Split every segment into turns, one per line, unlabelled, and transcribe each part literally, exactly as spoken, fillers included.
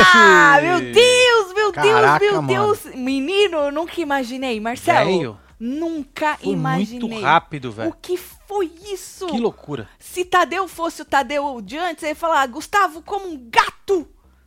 Ah, meu Deus, meu
Caraca,
Deus, meu
mano.
Deus. Menino, eu nunca imaginei, Marcelo.
Velho,
Nunca
foi
imaginei.
muito rápido, velho.
O que foi isso?
Que loucura.
Se Tadeu fosse o Tadeu de antes, ele ia falar, Gustavo, como um gato.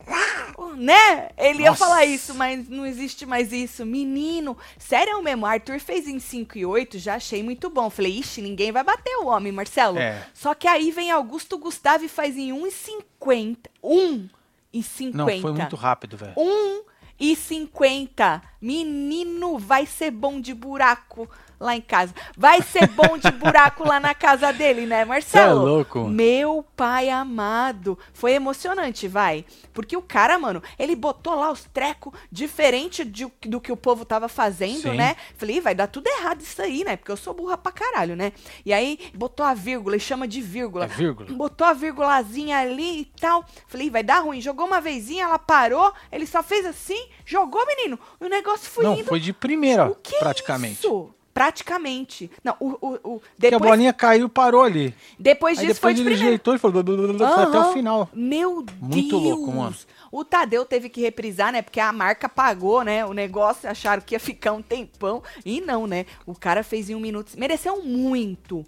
Né? Ele ia
Nossa.
falar isso, mas não existe mais isso. Menino, sério mesmo, Arthur fez em cinco e oito, já achei muito bom. Falei, ixi, ninguém vai bater o homem, Marcelo.
É.
Só que aí vem Augusto Gustavo e faz em um e cinquenta. um e cinquenta.
Não, foi muito rápido, velho.
um e cinquenta. Menino, vai ser bom de buraco lá em casa. Vai ser bom de buraco lá na casa dele, né, Marcelo?
Cê é louco, mano.
Meu pai amado. Foi emocionante, vai. Porque o cara, mano, ele botou lá os trecos diferente de, do que o povo tava fazendo,
Sim.
né? Falei, vai dar tudo errado isso aí, né? Porque eu sou burra pra caralho, né? E aí, botou a vírgula, e chama de vírgula.
É vírgula.
Botou a vírgulazinha ali e tal. Falei, vai dar ruim. Jogou uma vezinha, ela parou, ele só fez assim, jogou, menino. E o negócio foi
Não,
indo.
foi de primeira,
O que
praticamente.
é isso? Praticamente. Não, o, o, o,
Porque a
depois,
bolinha caiu e parou ali.
depois
Aí
disso foi
depois
de
ele
primeira.
ajeitou e falou, blá, blá, blá, blá, foi até o
Aham.
final.
Meu
Muito
Deus.
louco, mano.
O Tadeu teve que reprisar, né? Porque a marca pagou, né? O negócio, acharam que ia ficar um tempão. E não, né? O cara fez em um minuto. Mereceu muito,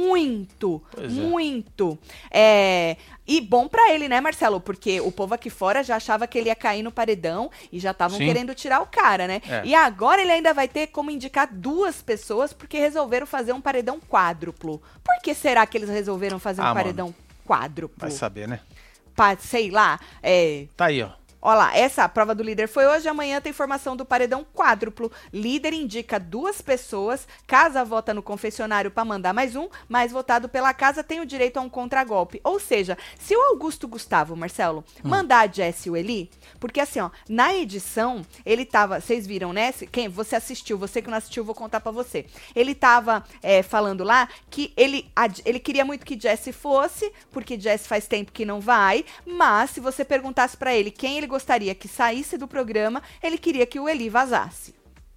muito,
Pois é.
muito. É... E bom pra ele, né, Marcelo? Porque o povo aqui fora já achava que ele ia cair no paredão e já estavam
Sim.
querendo tirar o cara, né?
É.
E agora ele ainda vai ter como indicar duas pessoas porque resolveram fazer um paredão quádruplo. Por que será que eles resolveram fazer um
Ah, mano.
paredão quádruplo?
Vai saber, né?
Pa- sei lá, é...
Tá aí, ó.
Ó lá, essa prova do líder foi hoje, amanhã tem formação do paredão quádruplo. Líder indica duas pessoas, casa vota no confessionário para mandar mais um, mais votado pela casa tem o direito a um contragolpe. Ou seja, se o Augusto Gustavo, Marcelo,
Hum.
mandar a Jessie e o Eli, porque assim, ó, na edição, ele tava, vocês viram, né? Se- Quem, você assistiu, você que não assistiu, eu vou contar pra você. Ele tava é, falando lá que ele, a- ele queria muito que Jessie fosse, porque Jessie faz tempo que não vai, mas se você perguntasse pra ele quem ele gostaria que saísse do programa, ele queria que o Eli vazasse.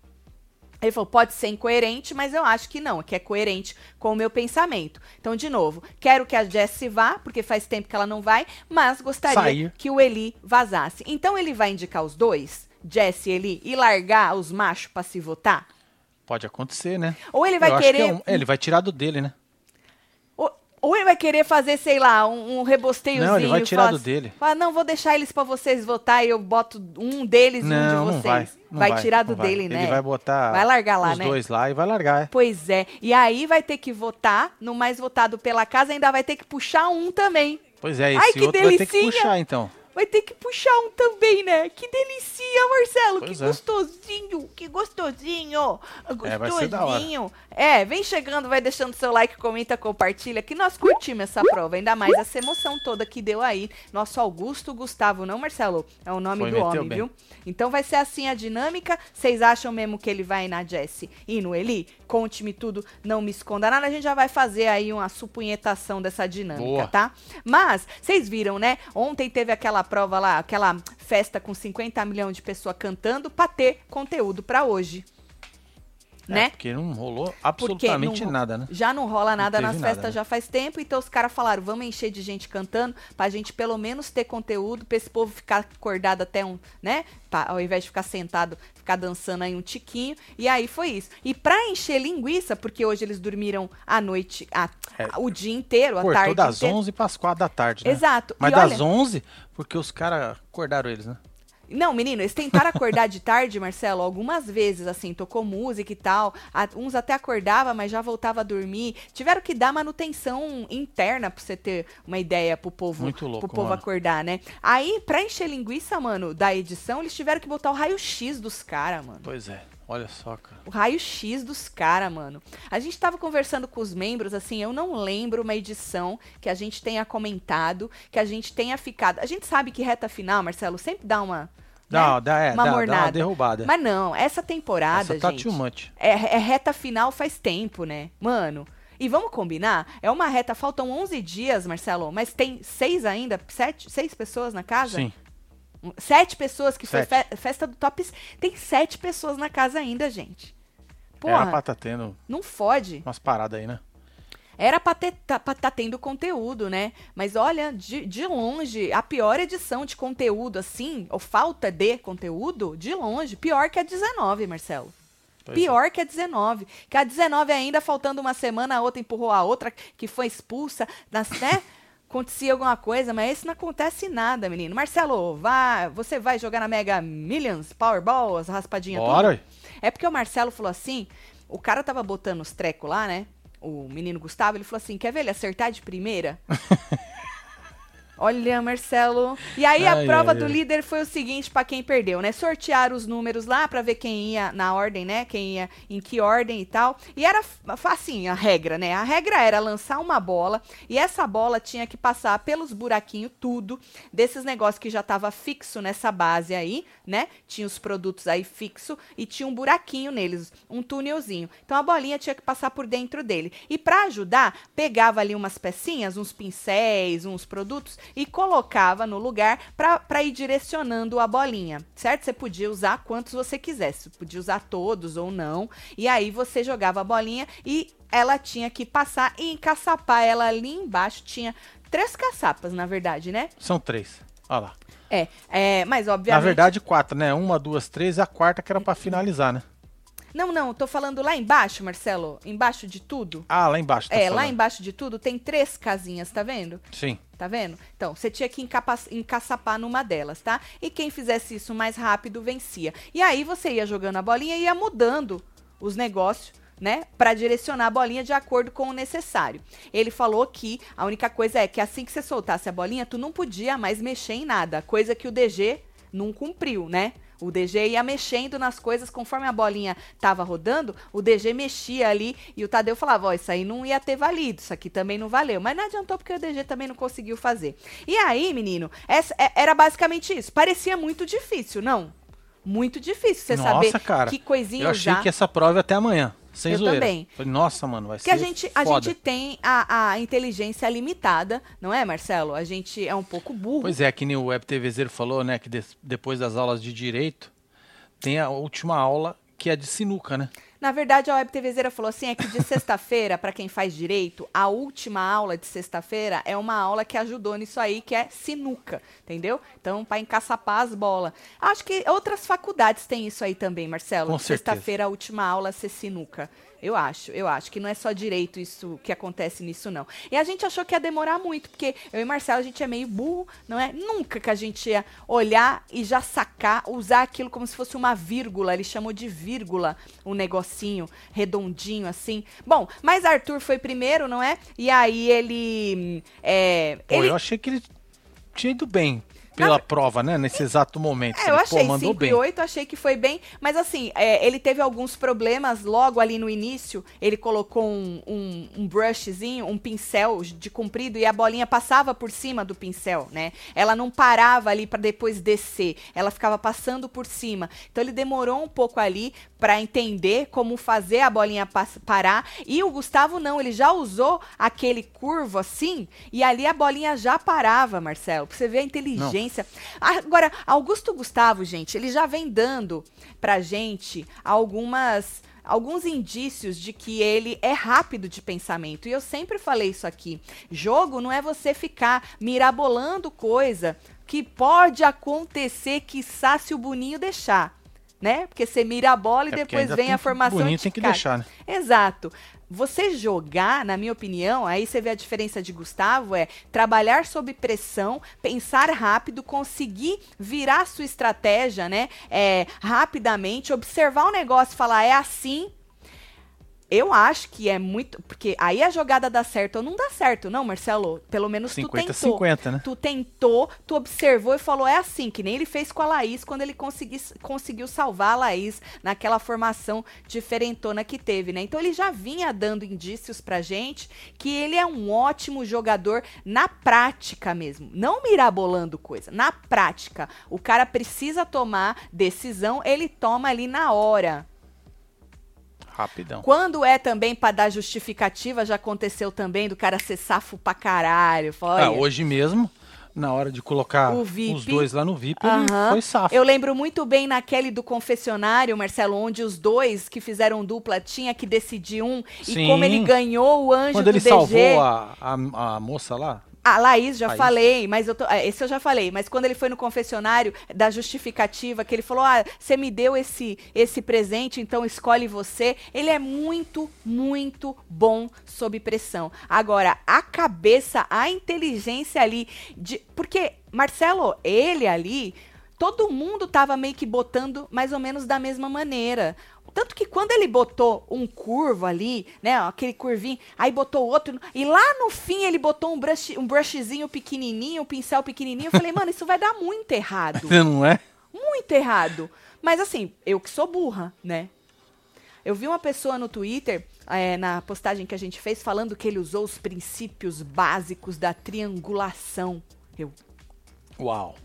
Ele falou, pode ser incoerente, mas eu acho que não, que é coerente com o meu pensamento. Então, de novo, quero que a Jessie vá, porque faz tempo que ela não vai, mas gostaria
Sair.
que o Eli vazasse. Então, ele vai indicar os dois, Jessie e Eli, e largar os machos pra se votar?
Pode acontecer, né?
Ou ele vai
Eu acho
querer...
que é um- é, ele vai tirar do dele, né?
Ou, ou ele vai querer fazer, sei lá, um, um rebosteiozinho.
Não, ele vai tirar
falar
do
assim,
dele.
Fala, não, vou deixar eles pra vocês votar e eu boto um deles e um
Não,
de
não
vocês.
vai. Não
vai
vai,
tirar
não
do
vai.
dele, né?
Ele vai botar
Vai largar lá,
os
né?
dois lá e vai largar. É.
Pois é. E aí vai ter que votar no mais votado pela casa, ainda vai ter que puxar um também.
Pois é,
Ai,
esse
que
outro vai ter que
delicinha.
puxar, então.
Vai ter que puxar um também, né? Que delicinha, Marcelo.
Pois
que
é.
gostosinho, que gostosinho.
É, vai ser da hora.
Gostosinho. É, vem chegando, vai deixando seu like, comenta, compartilha, que nós curtimos essa prova. Ainda mais essa emoção toda que deu aí. Nosso Augusto Gustavo, não, Marcelo? É o nome
Foi,
do
meteu
homem,
bem.
viu? Então vai ser assim a dinâmica. Vocês acham mesmo que ele vai na Jessie e no Eli? Conte-me tudo, não me esconda nada. A gente já vai fazer aí uma supunhetação dessa dinâmica,
Boa.
tá? Mas, vocês viram, né? Ontem teve aquela prova lá, aquela festa com cinquenta milhões de pessoas cantando pra ter conteúdo pra hoje.
É,
Né?
porque não rolou
Porque
absolutamente
não-
nada, né?
Já não rola nada
teve
nas
nada,
festas
né?
já faz tempo, então os caras falaram, vamos encher de gente cantando pra gente pelo menos ter conteúdo, pra esse povo ficar acordado até um, né? Pra, ao invés de ficar sentado, ficar dançando aí um tiquinho. E aí foi isso. E pra encher linguiça, porque hoje eles dormiram a noite, a,
É,
o dia inteiro, a
Cortou
tarde
das
inteira.
onze para as quatro da tarde, né?
Exato.
Mas
E
das
olha-
onze, porque os caras acordaram eles, né?
Não, menino, eles tentaram acordar de tarde, Marcelo, algumas vezes, assim, tocou música e tal. A- uns até acordava, mas já voltava a dormir. Tiveram que dar manutenção interna pra você ter uma ideia pro povo,
Muito louco,
pro povo
mano.
acordar, né? Aí, pra encher linguiça, mano, da edição, eles tiveram que botar o raio-x dos caras, mano.
Pois é, olha só, cara.
O raio-x dos caras, mano. A gente tava conversando com os membros, assim, eu não lembro uma edição que a gente tenha comentado, que a gente tenha ficado. A gente sabe que reta final, Marcelo, sempre dá uma.
Dá,
né?
dá, é,
uma
dá, dá
mornada.
uma derrubada.
Mas não, essa temporada,
Essa tá
gente,
too much.
é, é reta final faz tempo, né? Mano, e vamos combinar? É uma reta, faltam onze dias, Marcelo, mas tem seis ainda, sete, seis pessoas na casa?
Sim.
Sete pessoas, que
Sete.
foi fe- festa do Top. Tem sete pessoas na casa ainda, gente.
Era
Porra,
pra tá tendo
não fode.
umas paradas aí, né?
Era pra ter, tá, pra tá tendo conteúdo, né? Mas olha, de, de longe, a pior edição de conteúdo, assim, ou falta de conteúdo, de longe, pior que a dezenove, Marcelo.
Pois
Pior é. que a dezenove. Que a dezenove ainda, faltando uma semana, a outra empurrou a outra, que foi expulsa, nas, né? Acontecia alguma coisa, mas esse não acontece nada, menino. Marcelo, vá, você vai jogar na Mega Millions, Powerball, as raspadinhas
Bora.
tudo? É porque o Marcelo falou assim, o cara tava botando os trecos lá, né? O menino Gustavo, ele falou assim, quer ver ele acertar de primeira? Olha, Marcelo. E aí a
ai,
prova
ai,
do
ai.
líder foi o seguinte pra quem perdeu, né? Sortearam os números lá pra ver quem ia na ordem, né? Quem ia em que ordem e tal. E era assim a regra, né? A regra era lançar uma bola e essa bola tinha que passar pelos buraquinhos tudo desses negócios que já tava fixo nessa base aí, né? Tinha os produtos aí fixo e tinha um buraquinho neles, um túnelzinho. Então a bolinha tinha que passar por dentro dele. E pra ajudar, pegava ali umas pecinhas, uns pincéis, uns produtos e colocava no lugar para ir direcionando a bolinha, certo? Você podia usar quantos você quisesse, podia usar todos ou não, e aí você jogava a bolinha e ela tinha que passar e encaçapar ela ali embaixo. Tinha três caçapas, na verdade, né?
São três. Olha lá.
É, é mas obviamente...
Na verdade, quatro, né? Uma, duas, três e a quarta que era pra finalizar, né?
Não, não, tô falando lá embaixo, Marcelo, embaixo de tudo.
Ah, lá embaixo. Tá
É,
falando.
lá embaixo de tudo tem três casinhas, tá vendo?
Sim.
Tá vendo? Então, você tinha que encapa- encaçapar numa delas, tá? E quem fizesse isso mais rápido vencia. E aí você ia jogando a bolinha e ia mudando os negócios, né? Pra direcionar a bolinha de acordo com o necessário. Ele falou que a única coisa é que assim que você soltasse a bolinha, tu não podia mais mexer em nada. Coisa que o D G não cumpriu, né? O D G ia mexendo nas coisas conforme a bolinha tava rodando, o D G mexia ali e o Tadeu falava, ó, isso aí não ia ter valido, isso aqui também não valeu. Mas não adiantou porque o D G também não conseguiu fazer. E aí, menino, essa, é, era basicamente isso. Parecia muito difícil, não? Muito difícil você
Nossa,
saber
cara,
que coisinha
eu achei
usar.
que essa prova ia até amanhã. Sem
Eu
zoeira.
também.
Falei, nossa, mano, vai
Porque
ser
a gente, a
foda.
gente tem a, a inteligência limitada, não é, Marcelo? A gente é um pouco burro.
Pois é, que nem o WebTVZero falou, né, que des- depois das aulas de Direito, tem a última aula que é de sinuca, né?
Na verdade, a WebTVZera falou assim, é que de sexta-feira, para quem faz direito, a última aula de sexta-feira é uma aula que ajudou nisso aí, que é sinuca, entendeu? Então, para encaçapar as bolas. Acho que outras faculdades têm isso aí também, Marcelo.
Com
de
certeza.
sexta-feira, a última aula ser sinuca. Eu acho, eu acho que não é só direito isso que acontece nisso, não. E a gente achou que ia demorar muito, porque eu e Marcelo, a gente é meio burro, não é? Nunca que a gente ia olhar e já sacar, usar aquilo como se fosse uma vírgula. Ele chamou de vírgula um negocinho redondinho, assim. Bom, mas Arthur foi primeiro, não é? E aí ele... É,
Pô,
ele...
eu achei que ele tinha ido bem pela
Na-
prova, né? Nesse exato momento.
É, eu
Ele,
achei
pô, mandou
cinco
bem.
e oito, achei que foi bem, mas assim, é, ele teve alguns problemas logo ali no início, ele colocou um, um, um brushzinho, um pincel de comprido e a bolinha passava por cima do pincel, né? Ela não parava ali para depois descer, ela ficava passando por cima. Então ele demorou um pouco ali para entender como fazer a bolinha pas- parar, e o Gustavo não, ele já usou aquele curvo assim, e ali a bolinha já parava, Marcelo, pra você ver a inteligência. Agora, Augusto Gustavo, gente, ele já vem dando pra gente algumas alguns indícios de que ele é rápido de pensamento. E eu sempre falei isso aqui. Jogo não é você ficar mirabolando coisa que pode acontecer, quiçá, se o Boninho deixar, né? Porque você mira a bola e
É porque
depois
ainda
vem
tem
a
que-
formação
Boninho
e
tem que
tic-tac.
deixar, né?
Exato. Você jogar, na minha opinião, aí você vê a diferença de Gustavo, é trabalhar sob pressão, pensar rápido, conseguir virar a sua estratégia, né? É, rapidamente, observar o negócio e falar, é assim. Eu acho que é muito... Porque aí a jogada dá certo ou não dá certo, não, Marcelo? Pelo menos tu
cinquenta a
tentou.
cinquenta, né?
Tu tentou, tu observou e falou, é assim, que nem ele fez com a Laís, quando ele consegui, conseguiu salvar a Laís naquela formação diferentona que teve, né? Então ele já vinha dando indícios pra gente que ele é um ótimo jogador na prática mesmo, não mirabolando coisa, na prática. O cara precisa tomar decisão, ele toma ali na hora.
Rapidão.
Quando é também pra dar justificativa, já aconteceu também do cara ser safo pra caralho. Fala,
Ah,
olha,
hoje mesmo, Na hora de colocar
O V I P.
os dois lá no V I P,
Aham.
ele foi safo.
Eu lembro muito bem naquele do confessionário, Marcelo, onde os dois que fizeram dupla tinha que decidir um.
Sim.
E como ele ganhou o anjo
Quando
do
ele
D G...
salvou a, a, a moça lá.
A Laís, já
Laís.
falei, mas eu tô, é, esse eu já falei, mas quando ele foi no confessionário da justificativa, que ele falou, ah, você me deu esse, esse presente, então escolhe você, ele é muito, muito bom sob pressão. Agora, a cabeça, a inteligência ali, de, porque, Marcelo, ele ali, todo mundo tava meio que botando mais ou menos da mesma maneira. Tanto que quando ele botou um curvo ali, né, aquele curvinho, aí botou outro, e lá no fim ele botou um, brush, um brushzinho pequenininho, um pincel pequenininho, eu falei, mano, isso vai dar muito errado.
Não é?
Muito errado. Mas assim, eu que sou burra, né? Eu vi uma pessoa no Twitter, é, na postagem que a gente fez, falando que ele usou os princípios básicos da triangulação. Eu...
Uau.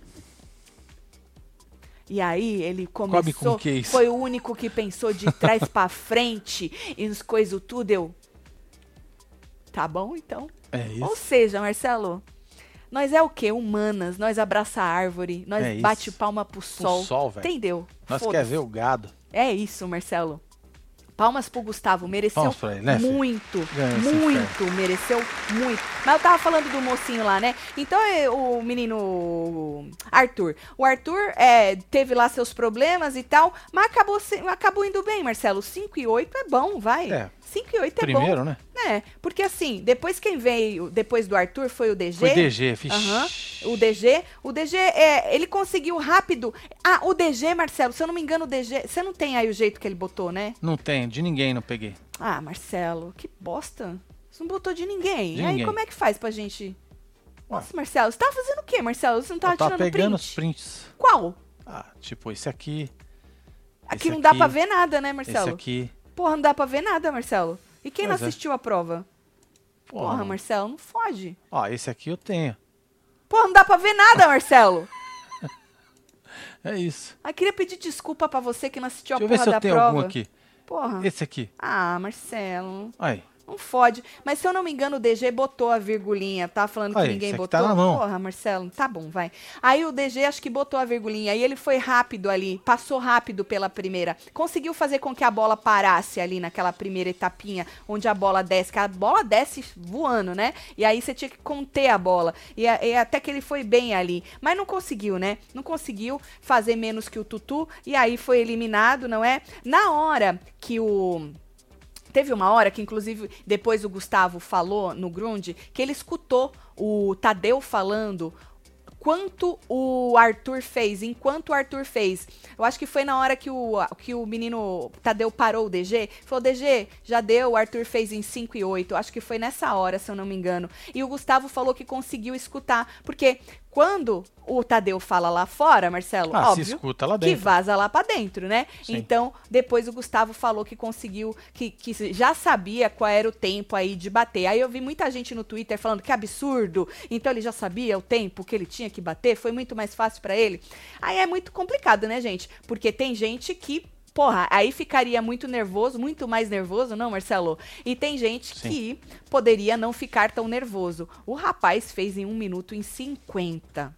E aí ele começou,
que é isso?
foi o único que pensou de trás pra frente e as coisas tudo, eu... Tá bom, então.
É isso.
Ou seja, Marcelo, nós é o quê? Humanas, nós abraça a árvore, nós
É
bate
isso.
palma pro sol.
sol, velho.
Entendeu?
Nós
Foda-se.
quer ver o gado.
É isso, Marcelo. Palmas pro Gustavo, mereceu
Palmas pra ele, né, filho?
muito,
Ganha esse
muito, mereceu muito. Mas eu tava falando do mocinho lá, né? Então, é, o menino Arthur. O Arthur é, teve lá seus problemas e tal, mas acabou, se- acabou indo bem, Marcelo. cinco e oito é bom, vai.
É.
cinco e oito é
Primeiro,
bom.
né?
É, porque assim, depois quem veio, depois do Arthur, foi o D G.
Foi D G, fixe.
Aham, o D G. O D G, é, ele conseguiu rápido. Ah, o D G, Marcelo, se eu não me engano, o D G... Você não tem aí o jeito que ele botou, né?
Não tem, de ninguém não peguei.
Ah, Marcelo, que bosta. Você não botou de ninguém.
De
e aí,
ninguém.
como é que faz pra gente...
Ué.
Nossa, Marcelo, você tava fazendo o quê, Marcelo? Você não tava
Eu tava
tirando
pegando
print?
os prints.
Qual?
Ah, tipo esse aqui.
Aqui
esse
não dá
aqui,
pra ver nada, né,
Esse
Marcelo?
aqui.
Porra, não dá pra ver nada, Marcelo. E quem
Pois
não
é.
assistiu a prova?
Porra,
Porra, Marcelo, não fode.
Ó, esse aqui eu tenho.
Porra, não dá pra ver nada, Marcelo.
É isso.
Ah, queria pedir desculpa pra você que não assistiu a
Deixa eu ver
porra
se eu
da
tenho
prova.
algum aqui.
Porra.
Esse aqui.
Ah, Marcelo,
Aí.
não fode. Mas se eu não me engano, o D G botou a virgulinha. Tá falando que
Aí,
ninguém
esse aqui
botou.
tá na mão.
Porra, Marcelo, tá bom, vai. Aí o D G acho que botou a virgulinha. Aí ele foi rápido ali, passou rápido pela primeira. Conseguiu fazer com que a bola parasse ali naquela primeira etapinha, onde a bola desce. Que a bola desce voando, né? E aí você tinha que conter a bola. E, a- e até que ele foi bem ali. Mas não conseguiu, né? Não conseguiu fazer menos que o Tutu. E aí foi eliminado, não é? Na hora que o... Teve uma hora que, inclusive, depois o Gustavo falou no Grund, que ele escutou o Tadeu falando quanto o Arthur fez, enquanto o Arthur fez. Eu acho que foi na hora que o, que o menino Tadeu parou o D G, falou, D G, já deu, o Arthur fez em cinco e oito. Acho que foi nessa hora, se eu não me engano. E o Gustavo falou que conseguiu escutar, porque quando o Tadeu fala lá fora, Marcelo,
Ah, se
óbvio,
escuta lá
que
dentro.
vaza lá pra dentro, né?
Sim.
Então, depois o Gustavo falou que conseguiu, que, que já sabia qual era o tempo aí de bater. Aí eu vi muita gente no Twitter falando que absurdo, então ele já sabia o tempo que ele tinha que bater, foi muito mais fácil pra ele. Aí é muito complicado, né, gente? Porque tem gente que, porra, aí ficaria muito nervoso, muito mais nervoso, não, Marcelo? E tem gente
Sim.
que poderia não ficar tão nervoso. O rapaz fez em um minuto em cinquenta.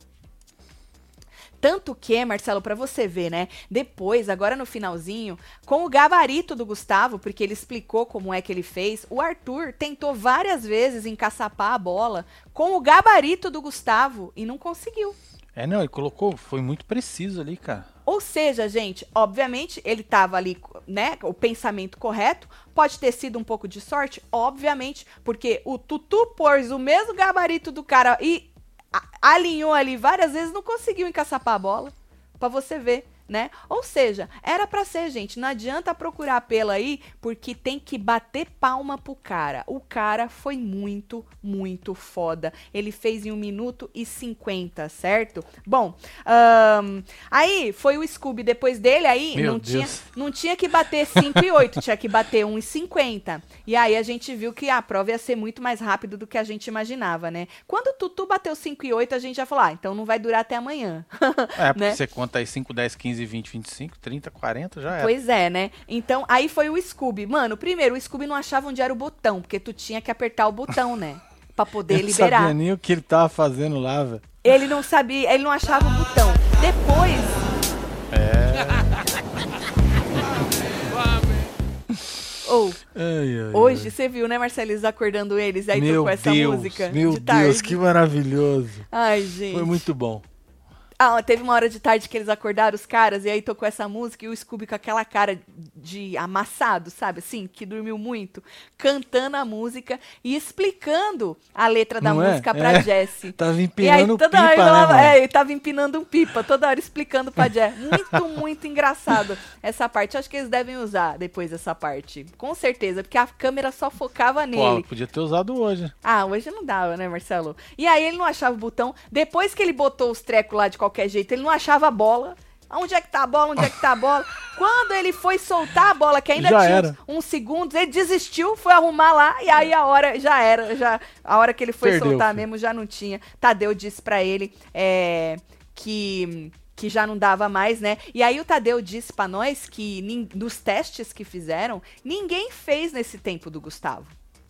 Tanto que, Marcelo, pra você ver, né? Depois, agora no finalzinho, com o gabarito do Gustavo, porque ele explicou como é que ele fez, o Arthur tentou várias vezes encaçapar a bola com o gabarito do Gustavo e não conseguiu.
É, não, ele colocou, foi muito preciso ali, cara.
Ou seja, gente, obviamente, ele tava ali, né, o pensamento correto, pode ter sido um pouco de sorte, obviamente, porque o Tutu pôs o mesmo gabarito do cara e a- alinhou ali várias vezes, não conseguiu encaçapar a bola, pra você ver, né? Ou seja, era pra ser, gente, não adianta procurar pelo aí, porque tem que bater palma pro cara. O cara foi muito, muito foda. Ele fez em um minuto e cinquenta, certo? Bom, ahn, aí foi o Scooby depois dele, aí
Meu
não tinha,
Deus.
não tinha que bater cinco e oito, tinha que bater um e cinquenta. E aí a gente viu que a prova ia ser muito mais rápido do que a gente imaginava, né? Quando o Tutu bateu cinco e oito, a gente já falou, ah, então não vai durar até amanhã.
É, porque
Né?
você conta aí cinco, dez, quinze, vinte, vinte e cinco, trinta, quarenta, já era.
Pois é, né? Então, aí foi o Scooby. Mano, primeiro, o Scooby não achava onde era o botão, porque tu tinha que apertar o botão, né? Pra poder
Eu não
liberar.
sabia nem o que ele tava fazendo lá, velho.
Ele não sabia, ele não achava o botão. Depois...
É...
Ou,
ai, ai,
hoje,
ai.
você viu, né, Marcelis, acordando eles, aí
meu
tocou essa
Deus,
música
meu
de
Deus,
tarde.
que maravilhoso.
Ai, gente.
Foi muito bom.
Ah, teve uma hora de tarde que eles acordaram, os caras, e aí tocou essa música e o Scooby com aquela cara de amassado, sabe, assim, que dormiu muito, cantando a música e explicando a letra da
Não é?
música pra
É.
Jessie.
Tava
E aí,
empinando
toda
pipa,
hora ele
né,
falava-
mano?
é, ele tava empinando um pipa, toda hora explicando pra Jess. Muito, muito engraçado essa parte. Acho que eles devem usar depois essa parte. Com certeza, porque a câmera só focava nele.
Pô, podia ter usado hoje.
Ah, hoje não dava, né, Marcelo? E aí ele não achava o botão. Depois que ele botou os trecos lá de qualquer jeito, ele não achava a bola. Onde é que tá a bola? Onde é que tá a bola? Quando ele foi soltar a bola, que ainda
Já
tinha
era.
uns, uns segundos, ele desistiu, foi arrumar lá, e aí a hora já era. Já, a hora que ele foi
Perdeu,
soltar
filho.
mesmo, já não tinha. Tadeu disse pra ele é, que... que já não dava mais, né? E aí o Tadeu disse pra nós que nin- nos testes que fizeram, ninguém fez nesse tempo do Gustavo.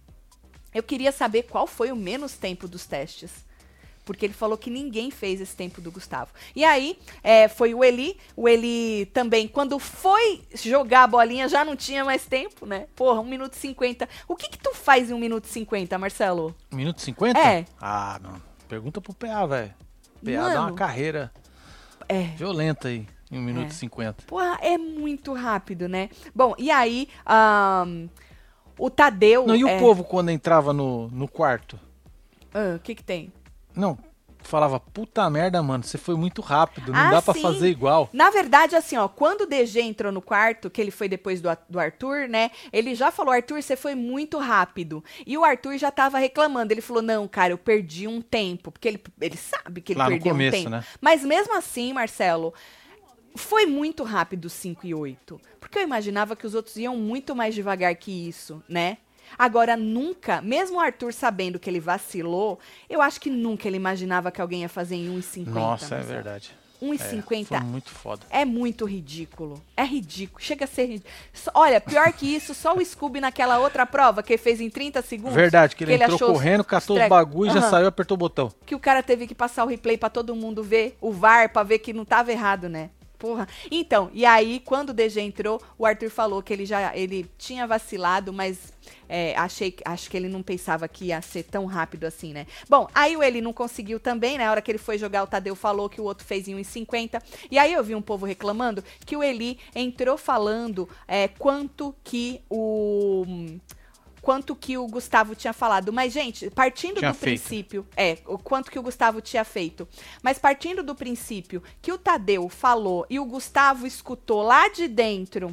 Eu queria saber qual foi o menos tempo dos testes. Porque ele falou que ninguém fez esse tempo do Gustavo. E aí, é, foi o Eli. O Eli também, quando foi jogar a bolinha, já não tinha mais tempo, né? Porra, um minuto e cinquenta. O que que tu faz em um minuto e cinquenta, Marcelo?
Um minuto e cinquenta?
É.
Ah, não. Pergunta pro P A, velho. P A dá
Mano.
uma carreira
É.
violenta aí, em um minuto
É.
e cinquenta.
Porra, é muito rápido, né? Bom, e aí, ahn, o Tadeu...
Não, e o
é-
povo quando entrava no, no quarto?
Ah, o que que tem?
Não, falava, puta merda, mano, você foi muito rápido, não
Ah,
dá pra
sim.
fazer igual.
Na verdade, assim, ó, quando o D G entrou no quarto, que ele foi depois do, A- do Arthur, né? Ele já falou, Arthur, você foi muito rápido. E o Arthur já tava reclamando. Ele falou, não, cara, eu perdi um tempo. Porque ele, ele sabe que ele
Lá no
perdeu
começo,
um tempo.
né?
Mas mesmo assim, Marcelo, foi muito rápido os cinco e oito. Porque eu imaginava que os outros iam muito mais devagar que isso, né? Agora, nunca, mesmo o Arthur sabendo que ele vacilou, eu acho que nunca ele imaginava que alguém ia fazer em um e cinquenta.
Nossa, é
Marcelo.
verdade.
um e
É,
cinquenta
foi muito foda.
é muito ridículo. É ridículo. Chega a ser ridículo. Só- Olha, pior que isso, só o Scooby naquela outra prova que ele fez em trinta segundos.
Verdade, que ele entrou
achou os-
correndo,
os
catou os
trecos.
bagulho, já
Aham.
saiu e apertou o botão.
Que o cara teve que passar o replay pra todo mundo ver, o V A R, pra ver que não tava errado, né? Porra. Então, e aí, quando o D G entrou, o Arthur falou que ele já ele tinha vacilado, mas é, achei, acho que ele não pensava que ia ser tão rápido assim, né? Bom, aí o Eli não conseguiu também, né? Na hora que ele foi jogar, o Tadeu falou que o outro fez em um e cinquenta. E aí eu vi um povo reclamando que o Eli entrou falando é, quanto que o... quanto que o Gustavo tinha falado. Mas, gente, partindo
Tinha
do
feito.
princípio... É, o quanto que o Gustavo tinha feito. Mas partindo do princípio que o Tadeu falou e o Gustavo escutou lá de dentro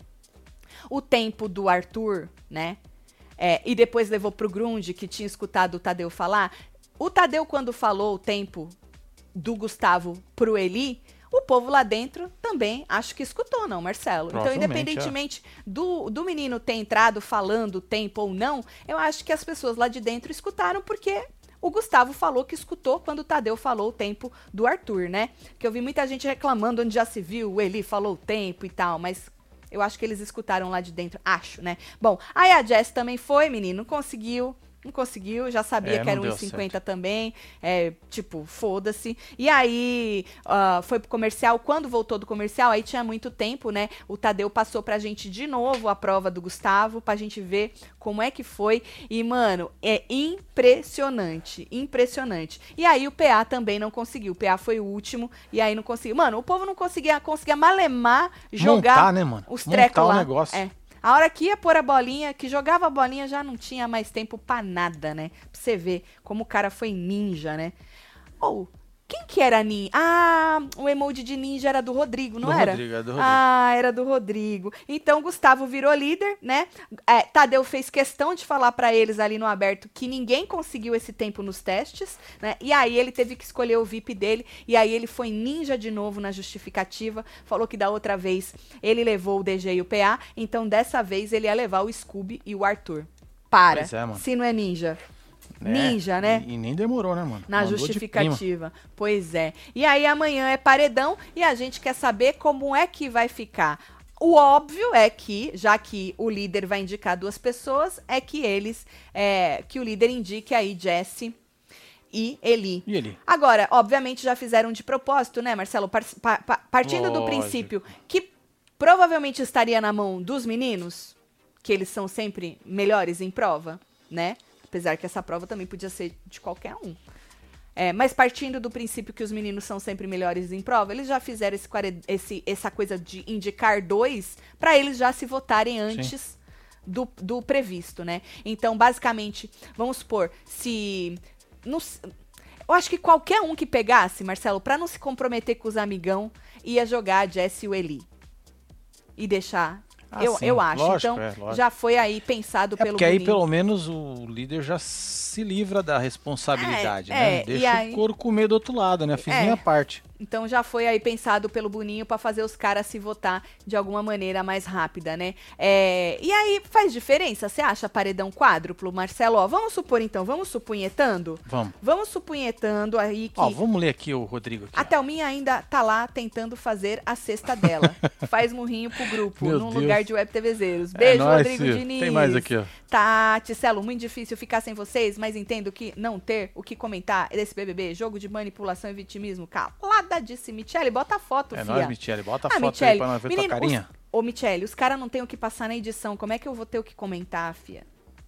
o tempo do Arthur, né? É, e depois levou pro Grundy, que tinha escutado o Tadeu falar. O Tadeu, quando falou o tempo do Gustavo pro Eli, o povo lá dentro também acho que escutou, não, Marcelo? Então,
Provavelmente,
independentemente do, do menino ter entrado falando o tempo ou não, eu acho que as pessoas lá de dentro escutaram porque o Gustavo falou que escutou quando o Tadeu falou o tempo do Arthur, né? Que eu vi muita gente reclamando onde já se viu, o Eli falou o tempo e tal, mas eu acho que eles escutaram lá de dentro, acho, né? Bom, aí a Jess também foi, menino, não conseguiu. Não conseguiu, já sabia
É,
que
não
era um
deu
e cinquenta também, é, tipo, foda-se. E aí, ah, foi pro comercial, quando voltou do comercial, aí tinha muito tempo, né? O Tadeu passou pra gente de novo a prova do Gustavo, pra gente ver como é que foi. E, mano, é impressionante, impressionante. E aí o P A também não conseguiu, o P A foi o último, e aí não conseguiu. Mano, o povo não conseguia, conseguia malemar, jogar
Montar, né, mano?
os
Montar
trecos
o
lá.
negócio.
É. A hora que ia pôr a bolinha, que jogava a bolinha, já não tinha mais tempo pra nada, né? Pra você ver como o cara foi ninja, né? Ou, quem que era ninja? Ah, o emoji de ninja era do Rodrigo, não
Do
era?
Rodrigo, é do Rodrigo.
Ah, era do Rodrigo. Então, Gustavo virou líder, né? É, Tadeu fez questão de falar pra eles ali no aberto que ninguém conseguiu esse tempo nos testes, né? E aí ele teve que escolher o V I P dele, e aí ele foi ninja de novo na justificativa, falou que da outra vez ele levou o D G e o P A, então dessa vez ele ia levar o Scooby e o Arthur. Para,
Pois é, mano.
se não é ninja.
É,
Ninja, né?
E, e nem demorou, né, mano?
Na
Mandou de prima.
justificativa. Pois é. E aí amanhã é paredão e a gente quer saber como é que vai ficar. O óbvio é que, já que o líder vai indicar duas pessoas, é que eles, é, que o líder indique aí Jessie e Eli.
E Eli.
Agora, obviamente já fizeram de propósito, né, Marcelo? Par pa pa partindo
Lógico.
do princípio que provavelmente estaria na mão dos meninos, que eles são sempre melhores em prova, né? Apesar que essa prova também podia ser de qualquer um. É, mas partindo do princípio que os meninos são sempre melhores em prova, eles já fizeram esse, esse, essa coisa de indicar dois para eles já se votarem antes do, do previsto, né? Então, basicamente, vamos supor, se... No, eu acho que qualquer um que pegasse, Marcelo, para não se comprometer com os amigão, ia jogar a Jessie e o Eli. E deixar...
Ah,
eu,
sim,
eu acho.
lógico,
Então,
é, lógico.
já foi aí pensado
É
pelo
porque aí,
Boninho.
pelo menos, o líder já se livra da responsabilidade,
É,
né?
é,
Deixa
aí-
o couro comer do outro lado, né? Fiz
É.
minha parte.
Então já foi aí pensado pelo Boninho pra fazer os caras se votar de alguma maneira mais rápida, né? É, e aí faz diferença, você acha, paredão quádruplo, Marcelo? Ó, vamos supor então, vamos supunhetando?
Vamos.
Vamos supunhetando aí que...
Ó, vamos ler aqui o Rodrigo. Aqui,
A
ó.
Thelminha ainda tá lá tentando fazer a cesta dela. Faz murrinho pro grupo,
Meu
num
Deus.
lugar de Web T V Zeros.
É
Beijo,
nóis,
Rodrigo
Ciro.
Diniz.
Tem mais aqui, ó.
Tati, Celo, muito difícil ficar sem vocês, mas entendo que não ter o que comentar desse B B B, jogo de manipulação e vitimismo. Calada disse Michele, bota a foto,
É
fia.
nóis, Michele. Bota a
Ah,
foto
Michele,
aí pra nós ver
menino,
tua carinha.
os- Ô, Michele, os caras não tem o que passar na edição, como é que eu vou ter o que comentar, fia?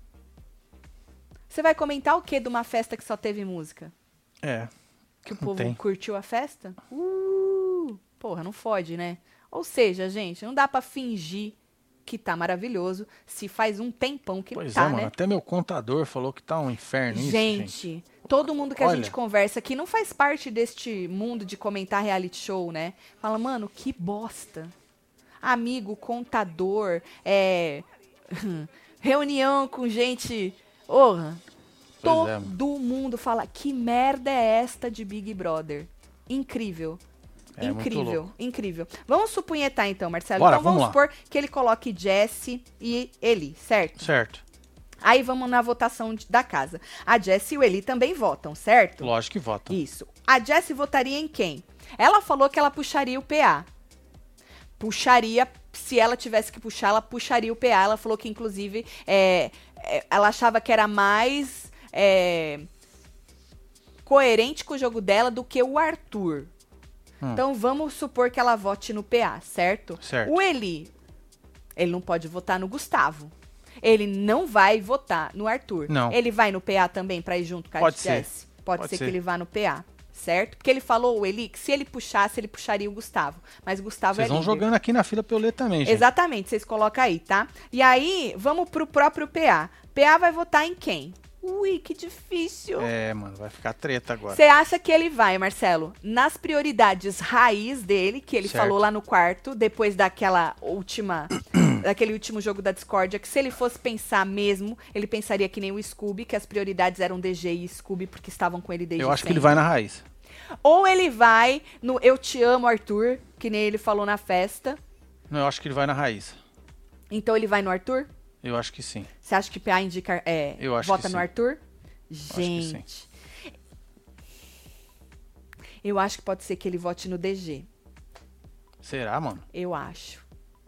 Você vai comentar o que de uma festa que só teve música?
É.
Que o
Não
povo
tem.
curtiu a festa? Uh, porra, não fode, né? Ou seja, gente, não dá pra fingir que tá maravilhoso se faz um tempão que
Pois
não tá,
é, mano.
né?
Até meu contador falou que tá um inferno isso, gente.
Gente, todo mundo que a
Olha.
gente conversa aqui não faz parte deste mundo de comentar reality show, né? Fala, mano, que bosta. Amigo, contador, é... reunião com gente... Orra.
Pois é,
Todo mundo fala, que merda é esta de Big Brother? Incrível.
É, muito
incrível,
louco.
incrível. Vamos supunhetar então, Marcelo.
Bora,
então vamos,
vamos lá.
supor que ele coloque Jessie e Eli, certo?
Certo.
Aí vamos na votação de- da casa. A Jessie e o Eli também votam, certo?
Lógico que vota.
Isso. A Jessie votaria em quem? Ela falou que ela puxaria o P A. Puxaria, se ela tivesse que puxar, ela puxaria o P A. Ela falou que, inclusive, é, é, ela achava que era mais é, coerente com o jogo dela do que o Arthur.
Hum.
Então, vamos supor que ela vote no P A, certo?
Certo.
O Eli, ele não pode votar no Gustavo. Ele não vai votar no Arthur.
Não.
Ele vai no P A também pra ir junto com a
Pode ser.
Jessie? Pode,
Pode
ser,
ser.
que ele vá no P A, certo? Porque ele falou, o Eli, que se ele puxasse, ele puxaria o Gustavo. Mas o Gustavo
Vocês
é
vão
líder.
jogando aqui na fila pra eu ler também, gente.
Exatamente, vocês colocam aí, tá? E aí, vamos pro próprio P A. P A vai votar em quem? Ui, que difícil.
É, mano, vai ficar treta agora.
Você acha que ele vai, Marcelo, nas prioridades raiz dele, que ele
Certo.
falou lá no quarto, depois daquela última, daquele último jogo da discórdia, que se ele fosse pensar mesmo, ele pensaria que nem o Scooby, que as prioridades eram D G e Scooby, porque estavam com ele desde
Eu acho que ele
sempre.
vai na raiz.
Ou ele vai no Eu Te Amo, Arthur, que nem ele falou na festa.
Não, eu acho que ele vai na raiz.
Então ele vai no Arthur?
Eu acho que sim.
Você acha que P A indica, é,
Eu acho
vota
que
no
sim.
Arthur?
que sim.
Gente. Eu acho que pode ser que ele vote no D G.
Será, mano?
Eu acho.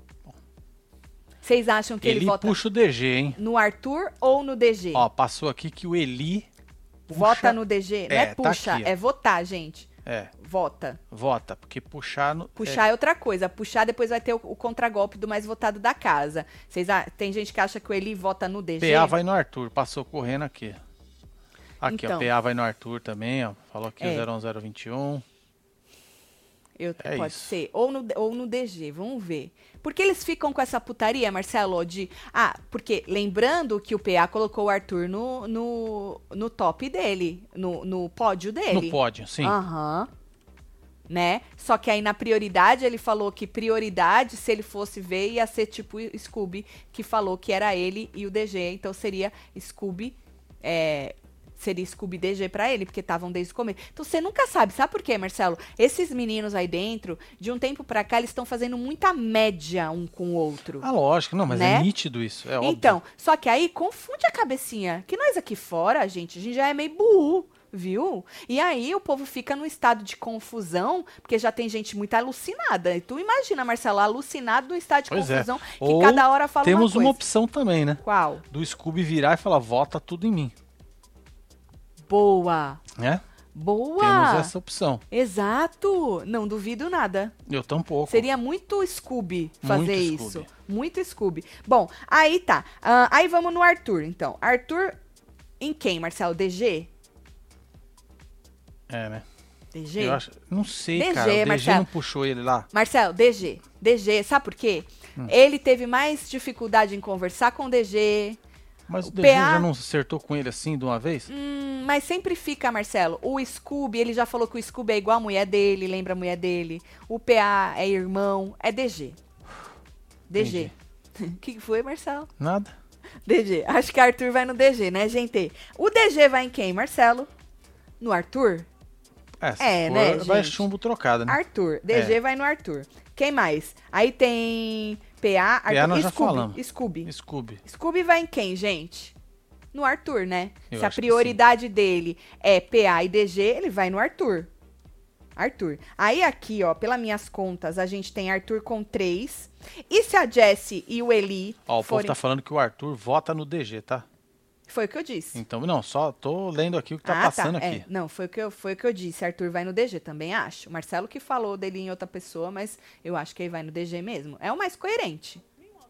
Vocês acham que ele,
Ele
vota
puxa o D G, hein?
no Arthur ou no D G?
Ó, passou aqui que o Eli puxa...
Vota no D G? Não é
É, tá
puxa,
aqui, ó.
é votar, gente.
É,
Vota.
vota, porque puxar... No...
Puxar é. outra coisa. Puxar depois vai ter o, o contragolpe do mais votado da casa. Vocês a- Tem gente que acha que o Eli vota no D G?
P A vai no Arthur, passou correndo aqui. Aqui,
Então.
ó, P A vai no Arthur também, ó. Falou aqui
É.
o zero um zero dois um.
Eu,
É
pode
isso.
ser. Ou no, ou no D G, vamos ver. Porque eles ficam com essa putaria, Marcelo, de... Ah, porque lembrando que o P A colocou o Arthur no, no, no top dele, no, no pódio dele.
No pódio, sim.
Aham. Né? Só que aí na prioridade ele falou que prioridade, se ele fosse ver, ia ser tipo o Scooby, que falou que era ele e o D G. Então seria Scooby... É, seria Scooby D G pra ele, porque estavam desde o começo. Então você nunca sabe, sabe por quê, Marcelo? Esses meninos aí dentro, de um tempo pra cá, eles estão fazendo muita média um com o outro.
Ah, lógico, não, mas
Né?
é nítido isso, é óbvio.
Então, só que aí confunde a cabecinha. Que nós aqui fora, gente, a gente já é meio burro, viu? E aí o povo fica num estado de confusão, porque já tem gente muito alucinada. E tu imagina, Marcelo, alucinado no estado de
Pois é.
confusão, que
Ou
cada hora fala
temos
uma
uma
coisa.
opção também, né?
Qual?
Do Scooby virar e falar, vota tudo em mim.
Boa.
É?
Boa!
Temos essa opção.
Exato! Não duvido nada.
Eu tampouco.
Seria muito Scooby fazer
Muito
isso.
Scooby.
Muito Scooby. Bom, aí tá. Ah, aí vamos no Arthur, então. Arthur em quem, Marcelo? D G?
É, né?
D G?
Eu acho, não sei,
D G,
cara. O D G
Marcelo.
não puxou ele lá.
Marcelo, D G. D G, sabe por quê?
Hum.
Ele teve mais dificuldade em conversar com o D G.
Mas o,
O
D G
P A
já não acertou com ele assim de uma vez?
Hum, mas sempre fica, Marcelo. O Scooby, ele já falou que o Scooby é igual a mulher dele, lembra a mulher dele. O P A é irmão, é D G. D G. O que que foi, Marcelo?
Nada.
D G. Acho que Arthur vai no D G, né, gente? O D G vai em quem, Marcelo? No Arthur?
É, se
É,
for,
né,
vai
gente?
chumbo trocado, né?
Arthur. D G
É.
vai no Arthur. Quem mais? Aí tem P A, Arthur.
P A nós já
Scooby.
falamos.
Scooby.
Scooby.
Scooby vai em quem, gente? No Arthur, né?
Eu
Se a
acho que
prioridade dele é P A e D G, ele vai no Arthur. Arthur. Aí aqui, ó, pelas minhas contas, a gente tem Arthur com três. E se a Jessie e o Eli
Ó, o
forem...
povo tá falando que o Arthur vota no D G, tá?
Foi o que eu disse.
Então, não, só tô lendo aqui o que tá
Ah,
passando
tá.
aqui.
É, não, foi o, que eu, foi o que eu disse. Arthur vai no D G, também acho. O Marcelo que falou dele em outra pessoa, mas eu acho que ele vai no D G mesmo. É o mais coerente.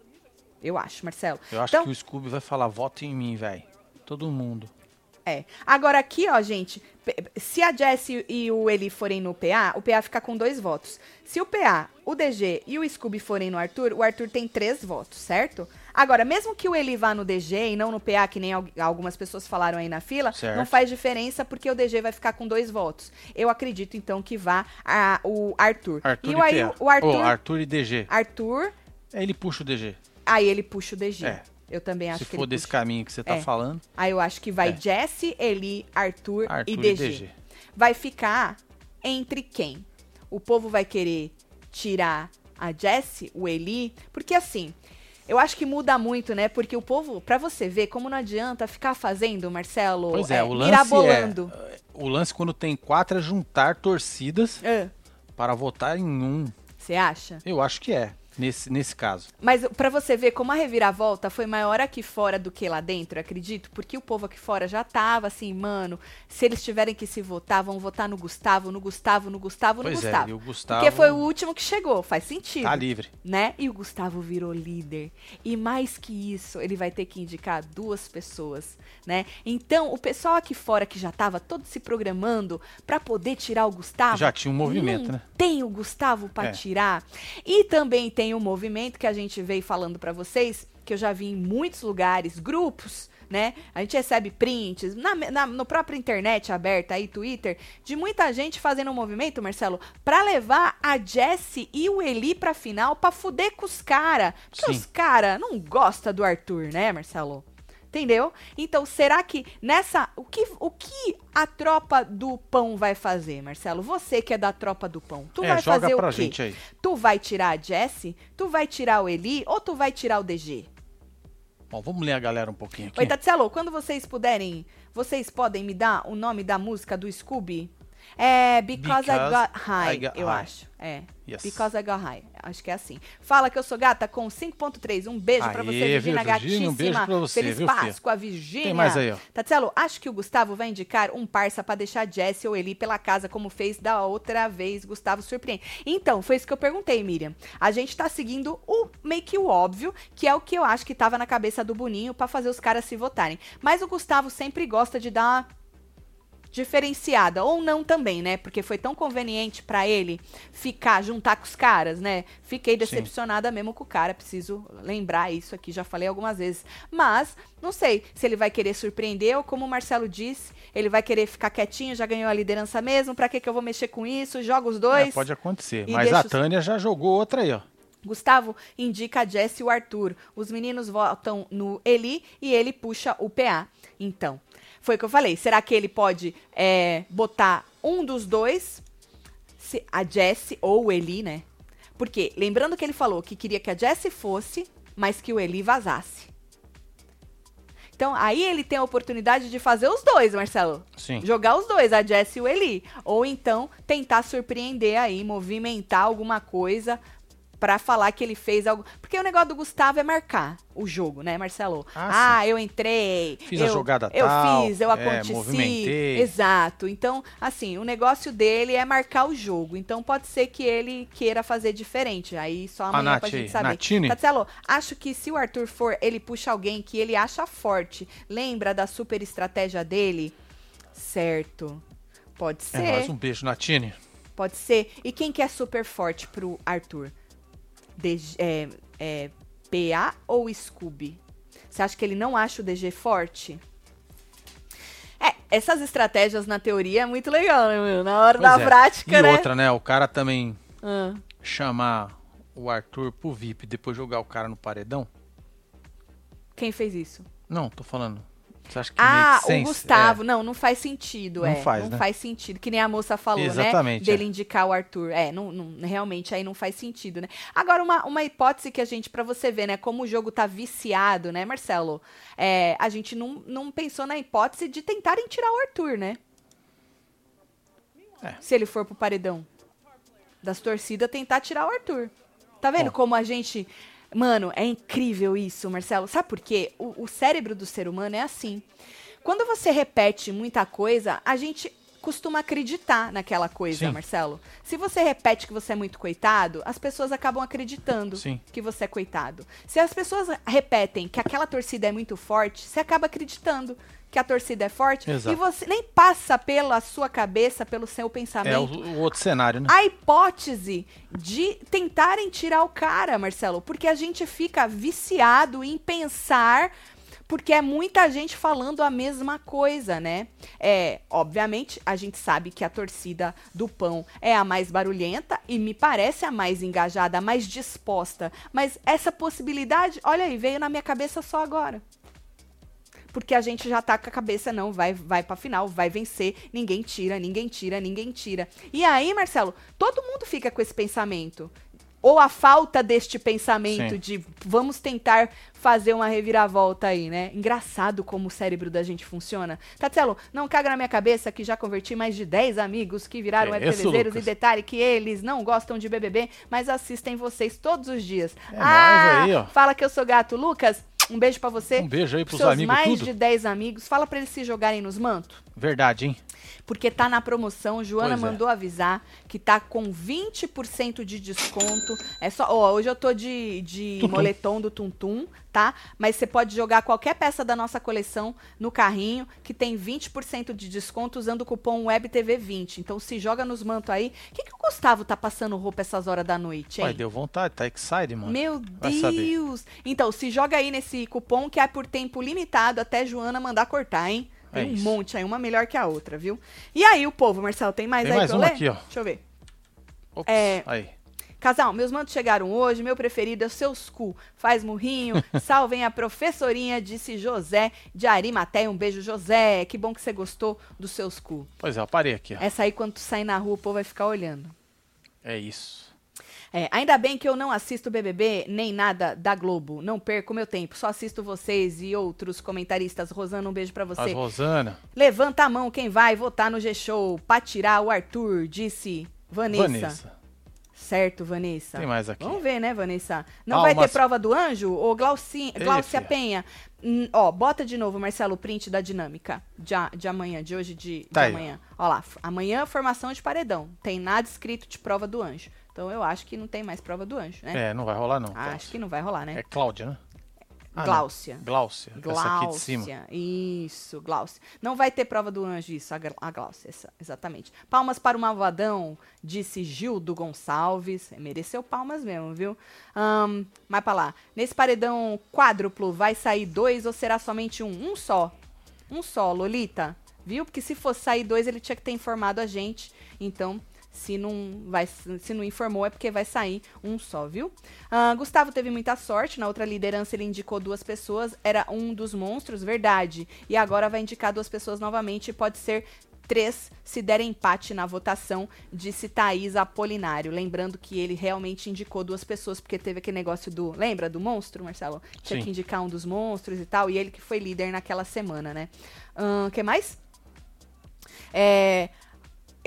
Eu acho, Marcelo.
Eu acho
então,
que o Scooby vai falar, vote em mim, velho. Todo mundo.
É. Agora aqui, ó, gente, se a Jessie e o Eli forem no P A, o P A fica com dois votos. Se o P A, o D G e o Scooby forem no Arthur, o Arthur tem três votos, certo? Agora, mesmo que o Eli vá no D G e não no P A, que nem algumas pessoas falaram aí na fila,
Certo.
não faz diferença porque o D G vai ficar com dois votos. Eu acredito, então, que vá a, o Arthur.
Arthur
e
e,
o, aí,
P A.
o Arthur,
Ô, Arthur e D G.
Arthur,
Aí ele puxa o D G.
aí ele puxa o D G.
É.
Eu também acho
Se
que
for
ele
desse
puxa.
caminho que você tá
É.
falando.
Aí eu acho que vai
É.
Jessie, Eli, Arthur,
Arthur
e
e
D G.
D G.
Vai ficar entre quem? O povo vai querer tirar a Jessie, o Eli? Porque assim, eu acho que muda muito, né? Porque o povo, pra você ver como não adianta ficar fazendo, Marcelo,
Pois é,
é,
o lance
mirabolando.
é... O lance quando tem quatro é juntar torcidas
Ah,
para votar em um.
você acha?
Eu acho que é, nesse, nesse caso.
Mas pra você ver como a reviravolta foi maior aqui fora do que lá dentro, eu acredito, porque o povo aqui fora já tava assim, mano, se eles tiverem que se votar, vão votar no Gustavo, no Gustavo, no Gustavo, no
Pois é,
Gustavo.
e o Gustavo
Porque foi o último que chegou, faz sentido.
tá livre.
Né? E o Gustavo virou líder. E mais que isso, ele vai ter que indicar duas pessoas, né? Então, o pessoal aqui fora que já tava todo se programando pra poder tirar o Gustavo,
Já tinha um movimento,
não
né?
tem o Gustavo pra
É.
tirar. E também tem o movimento que a gente veio falando pra vocês, que eu já vi em muitos lugares, grupos, né? A gente recebe prints, na, na no próprio internet aberta aí, Twitter, de muita gente fazendo um movimento, Marcelo, pra levar a Jessie e o Eli pra final, pra fuder com os caras. Porque
Sim.
os caras não gostam do Arthur, né, Marcelo? Entendeu? Então, será que nessa... O que, o que a tropa do pão vai fazer, Marcelo? Você que é da tropa do pão. Tu
É,
vai
joga
fazer
pra
o quê?
gente aí.
Tu vai tirar a Jessie? Tu vai tirar o Eli? Ou tu vai tirar o D G?
Bom, vamos ler a galera um pouquinho aqui.
Oi, Tatselo, quando vocês puderem, vocês podem me dar o nome da música do Scooby? É Because,
Because
I Got High,
I Got
eu
High.
acho. É.
Yes.
Because I Got High. Acho que é assim. Fala que eu sou gata com cinco ponto três. Um beijo pra
Aê,
você, Virgínia
viu, Virgínia?
gatíssima.
Um beijo pra você,
Feliz
viu,
Páscoa, Virgínia.
Tem mais aí, ó.
Tatselo, acho que o Gustavo vai indicar um parça pra deixar a Jessie ou Eli pela casa, como fez da outra vez. Gustavo surpreende. Então, foi isso que eu perguntei, Miriam. A gente tá seguindo o meio que o óbvio, que é o que eu acho que tava na cabeça do Boninho pra fazer os caras se votarem. Mas o Gustavo sempre gosta de dar uma diferenciada, ou não também, né? Porque foi tão conveniente pra ele ficar, juntar com os caras, né? Fiquei decepcionada mesmo com o cara, preciso lembrar isso aqui, já falei algumas vezes. Mas, não sei se ele vai querer surpreender ou, como o Marcelo disse, ele vai querer ficar quietinho, já ganhou a liderança mesmo, pra que que eu vou mexer com isso? Joga os dois.
É, pode acontecer.
E
Mas
deixa
a
os-
Tânia já jogou outra aí, ó.
Gustavo indica a Jessie e o Arthur. Os meninos votam no Eli e ele puxa o P A. Então, foi o que eu falei. Será que ele pode é, botar um dos dois, se- a Jessie ou o Eli, né? Porque, lembrando que ele falou que queria que a Jessie fosse, mas que o Eli vazasse. Então, aí ele tem a oportunidade de fazer os dois, Marcelo.
Sim.
Jogar os dois, a Jessie e o Eli. Ou então, tentar surpreender aí, movimentar alguma coisa pra falar que ele fez algo. Porque o negócio do Gustavo é marcar o jogo, né, Marcelo?
Ah,
ah eu entrei.
Fiz
eu,
a jogada
eu
tal.
fiz, eu
é,
aconteci.
movimentei.
Exato. Então, assim, o negócio dele é marcar o jogo. Então, pode ser que ele queira fazer diferente. Aí só amanhã
Nath
pra gente
aí,
saber.
Natine.
Marcelo, acho que se o Arthur for, ele puxa alguém que ele acha forte. Lembra da super estratégia dele? Certo. Pode ser.
É nóis, um beijo, Natine.
Pode ser. E quem que é super forte pro Arthur? D G, é, é, P A ou Scooby? Você acha que ele não acha o D G forte? É, essas estratégias na teoria é muito legal, né, meu? Na hora
Pois
da
é.
prática,
e
né?
E outra, né? O cara também
Ah.
chamar o Arthur pro V I P e depois jogar o cara no paredão.
Quem fez isso?
Não, tô falando. Você acha que
Ah,
make sense?
o Gustavo.
É.
Não, não faz sentido,
Não
é.
faz,
não
né?
faz sentido. Que nem a moça falou,
Exatamente,
né? Dele
é.
indicar o Arthur. É, não, não, realmente aí não faz sentido, né? Agora, uma, uma hipótese que a gente, pra você ver, né? Como o jogo tá viciado, né, Marcelo? É, a gente não, não pensou na hipótese de tentarem tirar o Arthur, né?
É.
Se ele for pro paredão. Das torcidas, tentar tirar o Arthur. Tá vendo
Bom.
como a gente... Mano, é incrível isso, Marcelo. Sabe por quê? O, o cérebro do ser humano é assim. Quando você repete muita coisa, a gente costuma acreditar naquela coisa,
Sim.
Marcelo. Se você repete que você é muito coitado, as pessoas acabam acreditando
Sim.
que você é coitado. Se as pessoas repetem que aquela torcida é muito forte, você acaba acreditando que a torcida é forte.
Exato.
E você nem passa pela sua cabeça, pelo seu pensamento.
É o, o outro cenário, né?
A hipótese de tentarem tirar o cara, Marcelo, porque a gente fica viciado em pensar, porque é muita gente falando a mesma coisa, né? É, obviamente, a gente sabe que a torcida do Pão é a mais barulhenta e me parece a mais engajada, a mais disposta. Mas essa possibilidade, olha aí, veio na minha cabeça só agora. Porque a gente já tá com a cabeça, não, vai, vai pra final, vai vencer, ninguém tira, ninguém tira, ninguém tira. E aí, Marcelo, todo mundo fica com esse pensamento. Ou a falta deste pensamento
Sim.
de vamos tentar fazer uma reviravolta aí, né? Engraçado como o cérebro da gente funciona. Tatselo, não caga na minha cabeça que já converti mais de dez amigos que viraram
É
webtevezeiros
isso,
e detalhe que eles não gostam de B B B, mas assistem vocês todos os dias.
É
ah,
nóis aí, ó.
fala que eu sou gato. Lucas, um beijo pra você.
Um beijo aí pros
seus
amigos,
mais
tudo.
de dez amigos. Fala pra eles se jogarem nos mantos.
Verdade, hein?
Porque tá na promoção, Joana
Pois é.
mandou avisar que tá com vinte por cento de desconto. É só, ó, hoje eu tô de, de
Tum-tum.
moletom do Tum Tum, tá? Mas você pode jogar qualquer peça da nossa coleção no carrinho, que tem vinte por cento de desconto usando o cupom Web T V vinte. Então se joga nos mantos aí. O que, que o Gustavo tá passando roupa essas horas da noite, hein?
Ué, deu vontade, tá excited, mano.
Meu
Vai saber.
Deus! Então, se joga aí nesse cupom que é por tempo limitado até Joana mandar cortar, hein? Tem
É
um
isso.
monte aí, uma melhor que a outra, viu? E aí, o povo, Marcelo, tem mais
Tem
aí
mais
pra eu
uma
ler?
aqui, ó.
Deixa eu ver.
Ops,
É.
aí.
Casal, meus mantos chegaram hoje, meu preferido é o seus cu. Faz murrinho, salvem a professorinha, disse José de Arimateia. Um beijo, José. Que bom que você gostou dos seus cu.
Pois é, eu parei aqui, ó.
Essa aí, quando tu sair na rua, o povo vai ficar olhando.
É isso.
É, ainda bem que eu não assisto B B B nem nada da Globo. Não perco meu tempo. Só assisto vocês e outros comentaristas. Rosana, um beijo pra você.
Mas, Rosana,
Levanta a mão quem vai votar no G-Show pra tirar o Arthur, disse Vanessa.
Vanessa.
Certo, Vanessa.
Tem mais aqui.
Vamos ver, né, Vanessa? Não
Ah,
vai
umas-
ter prova do anjo? Ô, Glauci...
Ei,
Glaucia
filha.
Penha. Hum, ó, bota de novo, Marcelo, o print da dinâmica de, a- de amanhã, de hoje de, de
Tá aí,
amanhã. Ó lá, f- amanhã formação de paredão. Tem nada escrito de prova do anjo. Então eu acho que não tem mais prova do anjo, né?
É, não vai rolar não.
Ah,
Cláudia.
acho que não vai rolar, né?
É Cláudia, né? Ah, não.
Gláucia.
Gláucia. Essa aqui de cima.
Gláucia, isso, Gláucia. Não vai ter prova do anjo, isso, a, Gl- a Gláucia, essa, exatamente. Palmas para o Malvadão, disse Gildo Gonçalves. Mereceu palmas mesmo, viu? Ahn, mais pra lá. Nesse paredão quádruplo, vai sair dois ou será somente um? Um só. Um só, Lolita. Viu? Porque se fosse sair dois, ele tinha que ter informado a gente. Então, se não, vai, se não informou, é porque vai sair um só, viu? Ah, Gustavo teve muita sorte. Na outra liderança, ele indicou duas pessoas. Era um dos monstros, verdade. E agora vai indicar duas pessoas novamente. Pode ser três, se der empate na votação, disse Thaís Apolinário. Lembrando que ele realmente indicou duas pessoas, porque teve aquele negócio do... Lembra do monstro, Marcelo? Tinha
Sim.
que indicar um dos monstros e tal. E ele que foi líder naquela semana, né? O que mais? É...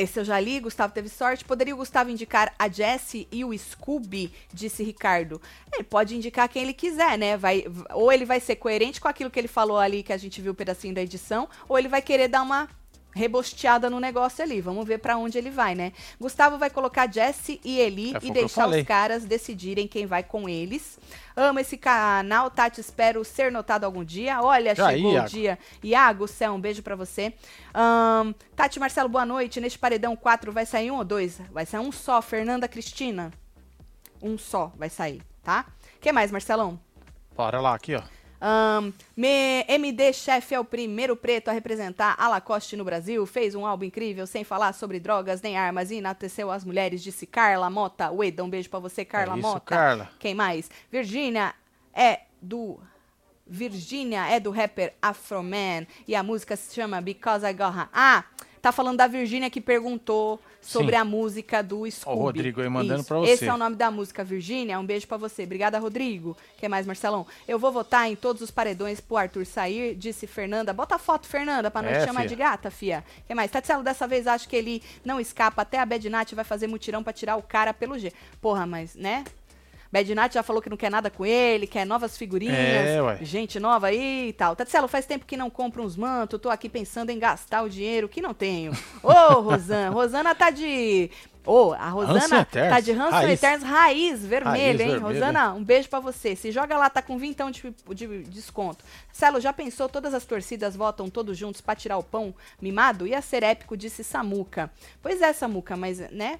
Esse eu já li, Gustavo teve sorte. Poderia o Gustavo indicar a Jessie e o Scooby, disse Ricardo. Ele pode indicar quem ele quiser, né? Vai, ou ele vai ser coerente com aquilo que ele falou ali, que a gente viu um pedacinho da edição, ou ele vai querer dar uma rebosteada no negócio ali. Vamos ver pra onde ele vai, né? Gustavo vai colocar Jessie e Eli
É,
e deixar os caras decidirem quem vai com eles. Amo esse canal, Tati, espero ser notado algum dia. Olha,
Já
chegou
aí,
o
Iago.
dia. Iago, céu, um beijo pra você. Ahn, Tati, Marcelo, boa noite. Neste paredão quatro vai sair um ou dois? Vai sair um só. Fernanda, Cristina. Um só vai sair, tá? O que mais, Marcelão?
Bora lá, aqui, ó.
Um, me, M D Chef é o primeiro preto a representar a Lacoste no Brasil. Fez um álbum incrível, sem falar sobre drogas nem armas. E enalteceu as mulheres, disse Carla Mota. Ueda, um beijo pra você, Carla
É isso,
Mota.
Carla.
Quem mais? Virgínia é do... Virgínia é do rapper Afroman. E a música se chama Because I Got Her. Ah, tá falando da Virgínia que perguntou sobre
Sim.
a música do Scooby.
Ó, o Rodrigo aí mandando
Isso.
pra você.
Esse é o nome da música, Virgínia. Um beijo pra você. Obrigada, Rodrigo. Quem mais, Marcelão? Eu vou votar em todos os paredões pro Arthur sair, disse Fernanda. Bota a foto, Fernanda, pra não
É,
te chamar
fia.
de gata, fia. Quem mais? Tatselo, dessa vez acho que ele não escapa. Até a Bad Nat vai fazer mutirão pra tirar o cara pelo G. Porra, mas, né? Bad Nat já falou que não quer nada com ele, quer novas figurinhas,
É, ué.
gente nova aí e tal. Tatselo, faz tempo que não compro uns mantos, tô aqui pensando em gastar o dinheiro que não tenho. Ô, Rosana, Rosana tá de... Ô, a
Hanson
Rosana
Eternos,
tá de Hanson
raiz.
Eternos raiz vermelho,
Raiz
hein?
vermelho.
Rosana, um beijo pra você. Se joga lá, tá com vintão de, de desconto. Celo, já pensou, todas as torcidas votam todos juntos pra tirar o pão mimado? Ia ser épico, disse Samuca. Pois é, Samuca, mas, né...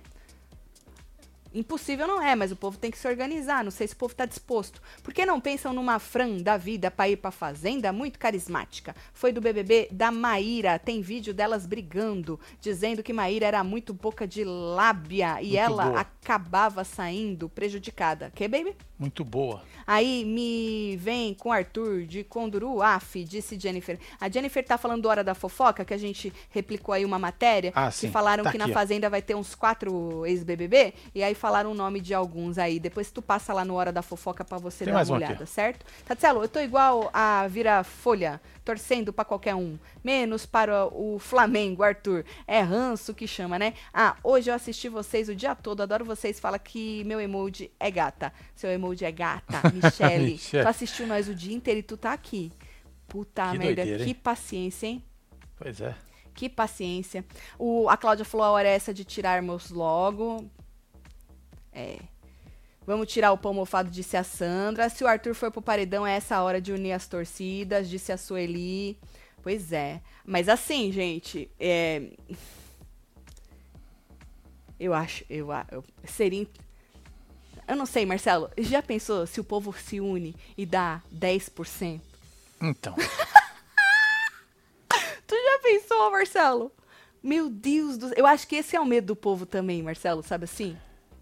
Impossível não é, mas o povo tem que se organizar. Não sei se o povo tá disposto. Por que não pensam numa Fran da vida pra ir pra fazenda? Muito carismática. Foi do B B B da Maíra. Tem vídeo delas brigando, dizendo que Maíra era muito boca de lábia e
Muito
ela
boa.
acabava saindo prejudicada. Que, baby?
Muito boa.
Aí me vem com Arthur de Conduru, af, disse Jennifer. A Jennifer tá falando do Hora da Fofoca, que a gente replicou aí uma matéria,
Ah,
que
sim.
falaram
Tá
que
aqui,
na
ó.
Fazenda vai ter uns quatro ex-B B B, e aí falaram o nome de alguns aí. Depois tu passa lá no Hora da Fofoca pra você
Tem
dar
mais
uma
um aqui.
olhada, certo? Tatselo, eu tô igual a Vira Folha, torcendo pra qualquer um, menos para o Flamengo, Arthur. É ranço que chama, né? Ah, hoje eu assisti vocês o dia todo, adoro vocês, fala que meu emoji é gata. Seu emoji é gata, Michele.
Michele.
Tu assistiu nós o dia inteiro e tu tá aqui. Puta
Que
merda,
doideira,
que
hein?
paciência, hein?
Pois é.
Que paciência. O, a Cláudia falou a hora é essa de tirarmos logo. É. Vamos tirar o pão mofado, disse a Sandra. Se o Arthur for pro paredão, é essa hora de unir as torcidas, disse a Sueli. Pois é. Mas assim, gente, é... Eu acho, eu, a- eu seria... in- Eu não sei, Marcelo, já pensou se o povo se une e dá dez por cento?
Então.
Tu já pensou, Marcelo? Meu Deus do céu. Eu acho que esse é o medo do povo também, Marcelo, sabe assim?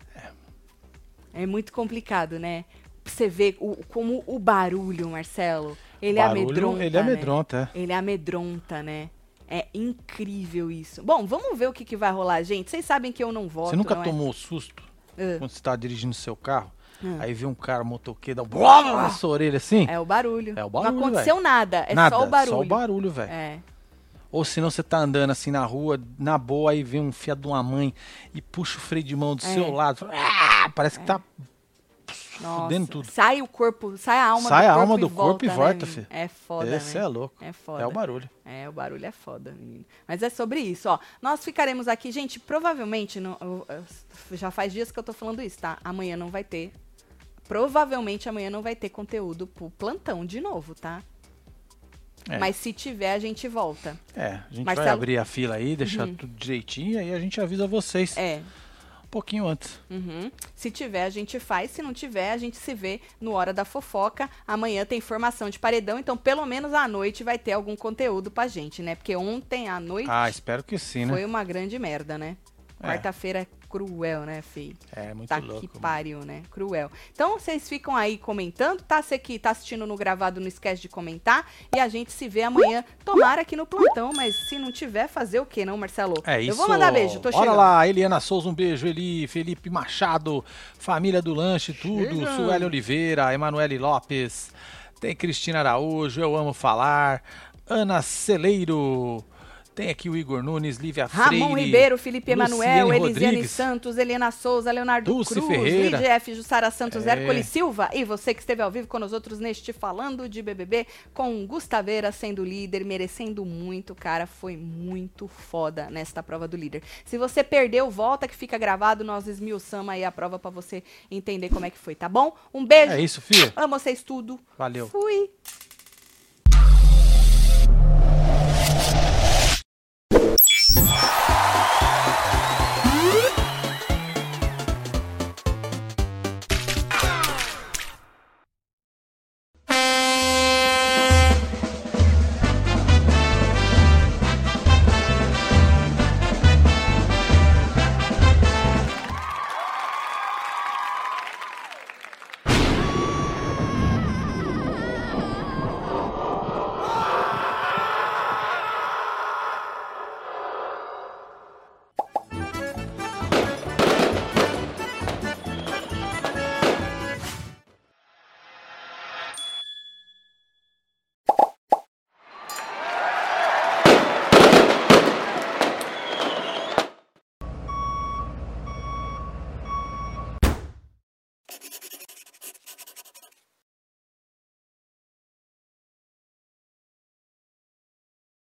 É muito complicado, né? Você vê o, como o barulho, Marcelo, ele
Barulho,
amedronta,
ele
né?
amedronta, é.
Ele amedronta, né? É incrível isso. Bom, vamos ver o que, que vai rolar, gente. Vocês sabem que eu não voto,
Você nunca
não é?
tomou susto
Ah.
quando você tá dirigindo seu carro?
Ah.
Aí vê um cara motoqueiro, dá um na sua orelha assim?
É o barulho.
É o barulho,
Não aconteceu nada, é
Nada,
só o barulho.
Só o barulho, velho.
É.
Ou senão você tá andando assim na rua, na boa, aí vem um fiado de uma mãe e puxa o freio de mão do
É.
seu lado. Ah, parece que tá
Nossa,
fudendo tudo.
sai o corpo, sai a alma
Sai
do
a
corpo
alma
e
do
volta,
corpo e
né,
volta,
menino?
filho.
É foda,
Esse
né?
é louco.
É foda.
É o barulho.
É, o barulho é foda, menino. Mas é sobre isso, ó. Nós ficaremos aqui, gente, provavelmente, não- eu- eu- já faz dias que eu tô falando isso, tá? Amanhã não vai ter. Provavelmente amanhã não vai ter conteúdo pro plantão de novo, tá?
É.
Mas se tiver, a gente volta.
É, a gente vai
Marcelo?
abrir a fila aí, deixar
Uhum.
tudo direitinho e aí a gente avisa vocês
É.
um pouquinho antes.
Uhum. Se tiver, a gente faz. Se não tiver, a gente se vê no Hora da Fofoca. Amanhã tem formação de paredão, então pelo menos à noite vai ter algum conteúdo pra gente, né? Porque ontem à noite
Ah, espero que sim, né?
foi uma grande merda, né?
É.
Quarta-feira é cruel, né, Fih?
É, muito
Tá
louco.
que
mano.
pariu, né? Cruel. Então, vocês ficam aí comentando, tá? Você que tá assistindo no gravado, não esquece de comentar. E a gente se vê amanhã, tomara aqui no plantão, mas se não tiver, fazer o quê, não, Marcelo?
É isso.
Eu vou mandar beijo, tô
Bora
chegando.
lá, Eliana Souza, um beijo, Eli, Felipe Machado, família do lanche, tudo,
Chega.
Sueli Oliveira, Emanuele Lopes, tem Cristina Araújo, eu amo falar, Ana Celeiro, Tem aqui o Igor Nunes, Lívia
Ramon
Freire,
Ribeiro, Felipe Emanuel,
Luciane
Elisiane
Rodrigues,
Santos, Helena Souza, Leonardo
Dulce
Cruz,
Ferreira.
Lídia F. Jussara Santos,
É.
Hércules Silva e você que esteve ao vivo com nós outros neste Falando de B B B, com Gustaveira sendo líder, merecendo muito, cara, foi muito foda nesta prova do líder. Se você perdeu, volta que fica gravado, nós esmiuçamos aí a prova pra você entender como é que foi, tá bom? Um beijo.
É isso, filho.
Amo vocês tudo.
Valeu.
Fui.